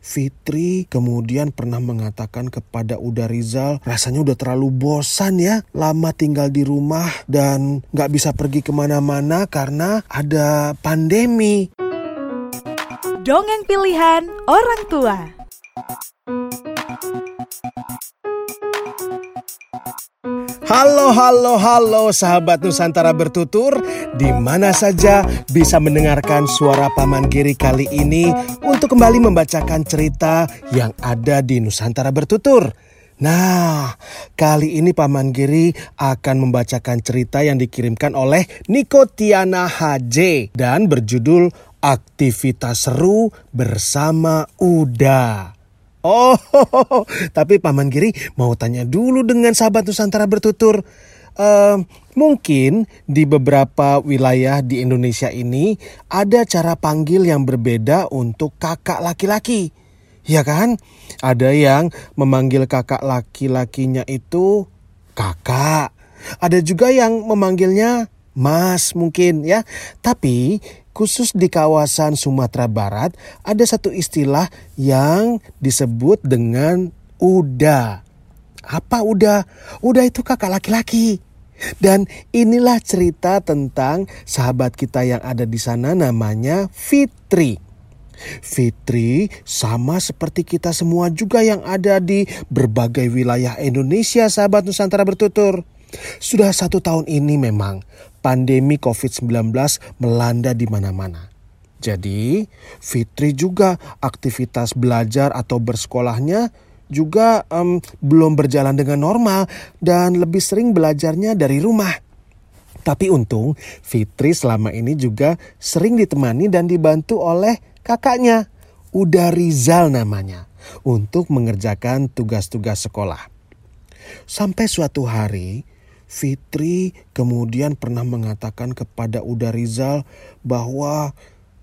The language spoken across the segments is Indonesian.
Fitri kemudian pernah mengatakan kepada Uda Rizal, rasanya udah terlalu bosan ya lama tinggal di rumah dan gak bisa pergi kemana-mana karena ada pandemi. Dongeng pilihan orang tua. Halo sahabat Nusantara bertutur, di mana saja bisa mendengarkan suara Paman Giri kali ini untuk kembali membacakan cerita yang ada di Nusantara bertutur. Nah, kali ini Paman Giri akan membacakan cerita yang dikirimkan oleh Niko Tiana HJ dan berjudul Aktivitas Seru Bersama Uda. Oh, tapi Paman Giri mau tanya dulu dengan sahabat Nusantara bertutur. Mungkin di beberapa wilayah di Indonesia ini ada cara panggil yang berbeda untuk kakak laki-laki. Ya kan? Ada yang memanggil kakak laki-lakinya itu kakak. Ada juga yang memanggilnya mas mungkin ya. Tapi khusus di kawasan Sumatera Barat ada satu istilah yang disebut dengan Uda. Apa Uda? Uda itu kakak laki-laki. Dan inilah cerita tentang sahabat kita yang ada di sana namanya Fitri. Fitri sama seperti kita semua juga yang ada di berbagai wilayah Indonesia, sahabat Nusantara bertutur. Sudah 1 tahun ini memang pandemi COVID-19 melanda di mana-mana. Jadi Fitri juga aktivitas belajar atau bersekolahnya juga belum berjalan dengan normal dan lebih sering belajarnya dari rumah. Tapi untung Fitri selama ini juga sering ditemani dan dibantu oleh kakaknya, Uda Rizal namanya, untuk mengerjakan tugas-tugas sekolah. Sampai suatu hari Fitri kemudian pernah mengatakan kepada Uda Rizal bahwa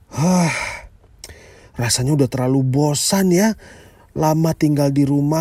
rasanya udah terlalu bosan ya lama tinggal di rumah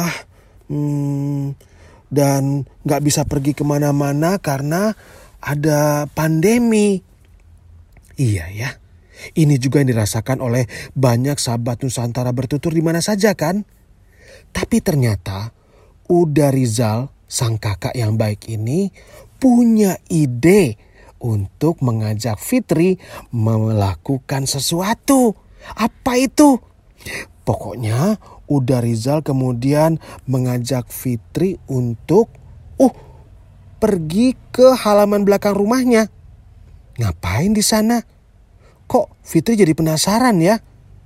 dan gak bisa pergi kemana-mana karena ada pandemi. Iya ya, ini juga yang dirasakan oleh banyak sahabat Nusantara bertutur di mana saja kan. Tapi ternyata Uda Rizal, sang kakak yang baik ini, punya ide untuk mengajak Fitri melakukan sesuatu. Apa itu? Pokoknya Uda Rizal kemudian mengajak Fitri untuk pergi ke halaman belakang rumahnya. Ngapain di sana? Kok Fitri jadi penasaran ya?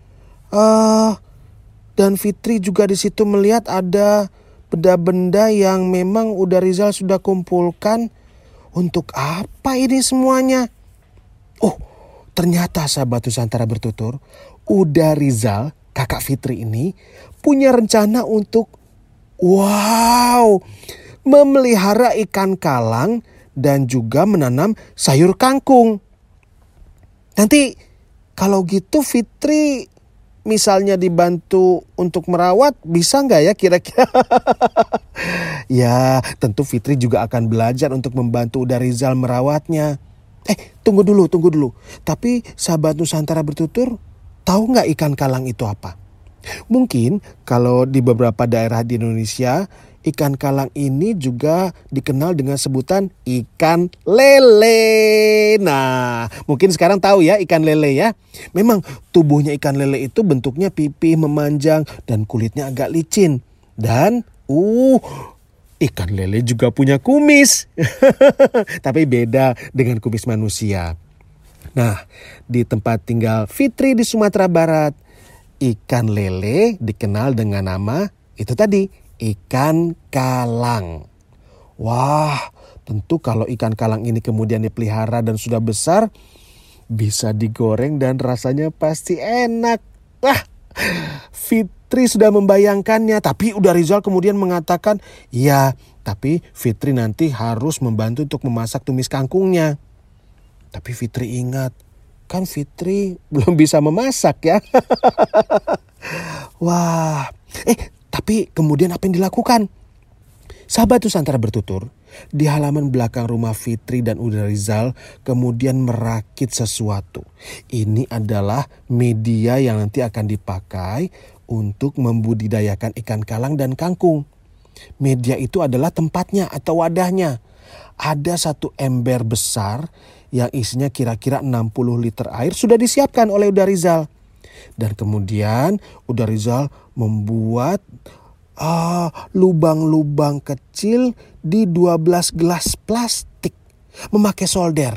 Dan Fitri juga di situ melihat ada benda-benda yang memang Uda Rizal sudah kumpulkan. Untuk apa ini semuanya? Ternyata sahabat Nusantara bertutur, Uda Rizal, kakak Fitri ini punya rencana untuk memelihara ikan kalang dan juga menanam sayur kangkung. Nanti kalau gitu Fitri misalnya dibantu untuk merawat, bisa nggak ya kira-kira? Ya tentu Fitri juga akan belajar untuk membantu Uda Rizal merawatnya. Tunggu dulu. Tapi sahabat Nusantara bertutur, tahu nggak ikan kalang itu apa? Mungkin kalau di beberapa daerah di Indonesia, ikan kalang ini juga dikenal dengan sebutan ikan lele. Nah, mungkin sekarang tahu ya ikan lele ya. Memang tubuhnya ikan lele itu bentuknya pipih, memanjang, dan kulitnya agak licin. Dan ikan lele juga punya kumis. Tapi beda dengan kumis manusia. Nah, di tempat tinggal Fitri di Sumatera Barat, ikan lele dikenal dengan nama itu tadi, ikan kalang. Wah, tentu kalau ikan kalang ini kemudian dipelihara dan sudah besar, bisa digoreng dan rasanya pasti enak. Fitri sudah membayangkannya, tapi Uda Rizal kemudian mengatakan, ya, tapi Fitri nanti harus membantu untuk memasak tumis kangkungnya. Tapi Fitri ingat, kan Fitri belum bisa memasak ya. Wah, tapi kemudian apa yang dilakukan? Sahabat Nusantara bertutur, di halaman belakang rumah Fitri dan Uda Rizal kemudian merakit sesuatu. Ini adalah media yang nanti akan dipakai untuk membudidayakan ikan kalang dan kangkung. Media itu adalah tempatnya atau wadahnya. Ada satu ember besar yang isinya kira-kira 60 liter air sudah disiapkan oleh Uda Rizal. Dan kemudian Uda Rizal membuat lubang-lubang kecil di 12 gelas plastik memakai solder.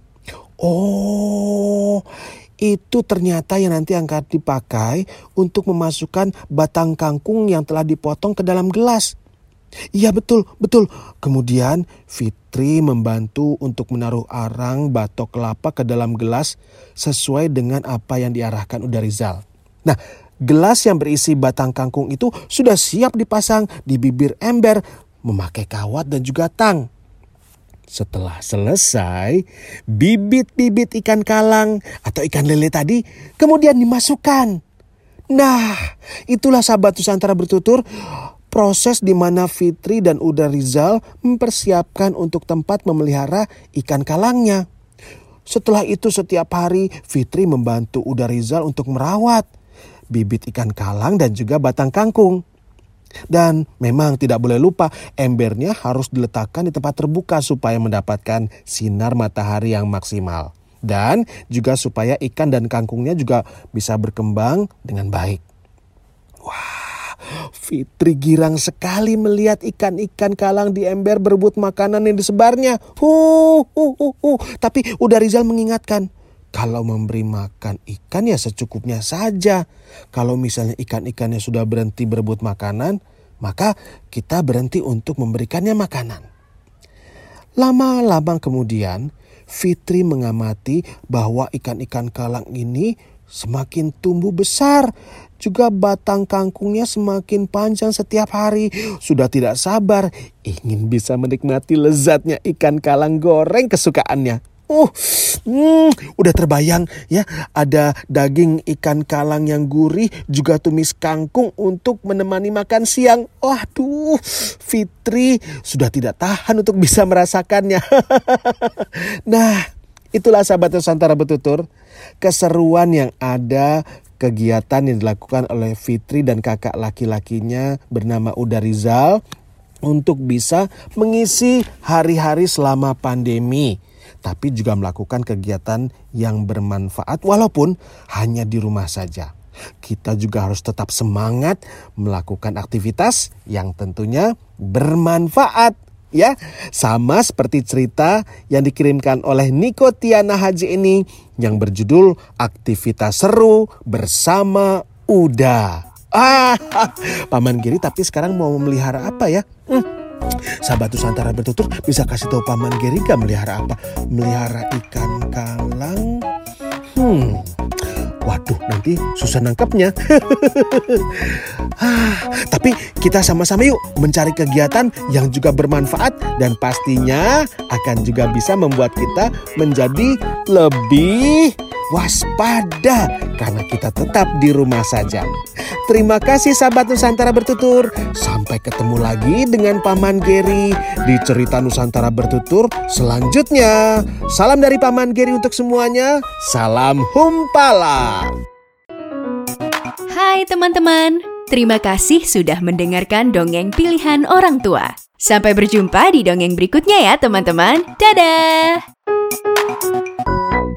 Oh, itu ternyata yang nanti akan dipakai untuk memasukkan batang kangkung yang telah dipotong ke dalam gelas. Iya, betul. Kemudian Fitri membantu untuk menaruh arang batok kelapa ke dalam gelas sesuai dengan apa yang diarahkan Uda Rizal. Nah, gelas yang berisi batang kangkung itu sudah siap dipasang di bibir ember memakai kawat dan juga tang. Setelah selesai, bibit-bibit ikan kalang atau ikan lele tadi kemudian dimasukkan. Nah, itulah sahabat Nusantara bertutur, proses di mana Fitri dan Uda Rizal mempersiapkan untuk tempat memelihara ikan kalangnya. Setelah itu setiap hari Fitri membantu Uda Rizal untuk merawat bibit ikan kalang dan juga batang kangkung. Dan memang tidak boleh lupa embernya harus diletakkan di tempat terbuka supaya mendapatkan sinar matahari yang maksimal. Dan juga supaya ikan dan kangkungnya juga bisa berkembang dengan baik. Wah, Fitri girang sekali melihat ikan-ikan kalang di ember berebut makanan yang disebarnya. Tapi Uda Rizal mengingatkan, kalau memberi makan ikan ya secukupnya saja. Kalau misalnya ikan-ikannya sudah berhenti berebut makanan, maka kita berhenti untuk memberikannya makanan. Lama-lama kemudian, Fitri mengamati bahwa ikan-ikan kalang ini semakin tumbuh besar. Juga batang kangkungnya semakin panjang setiap hari. Sudah tidak sabar ingin bisa menikmati lezatnya ikan kalang goreng kesukaannya. Udah terbayang ya, ada daging ikan kalang yang gurih, juga tumis kangkung untuk menemani makan siang. Waduh, Fitri sudah tidak tahan untuk bisa merasakannya. Nah, itulah sahabat Nusantara bertutur, keseruan yang ada kegiatan yang dilakukan oleh Fitri dan kakak laki-lakinya bernama Uda Rizal untuk bisa mengisi hari-hari selama pandemi. Tapi juga melakukan kegiatan yang bermanfaat walaupun hanya di rumah saja. Kita juga harus tetap semangat melakukan aktivitas yang tentunya bermanfaat. Ya, sama seperti cerita yang dikirimkan oleh Niko Tiana Haji ini yang berjudul Aktivitas Seru Bersama Uda. Paman Giri tapi sekarang mau memelihara apa ya? Sahabat Nusantara bertutur, bisa kasih tahu Paman Giri gak melihara apa? Melihara ikan kalang? Waduh, nanti susah nangkepnya. Tapi kita sama-sama yuk mencari kegiatan yang juga bermanfaat dan pastinya akan juga bisa membuat kita menjadi lebih waspada karena kita tetap di rumah saja. Terima kasih sahabat Nusantara bertutur. Sampai ketemu lagi dengan Paman Geri di cerita Nusantara bertutur selanjutnya. Salam dari Paman Geri untuk semuanya. Salam Humpala. Hai teman-teman, terima kasih sudah mendengarkan dongeng pilihan orang tua. Sampai berjumpa di dongeng berikutnya ya teman-teman. Dadah!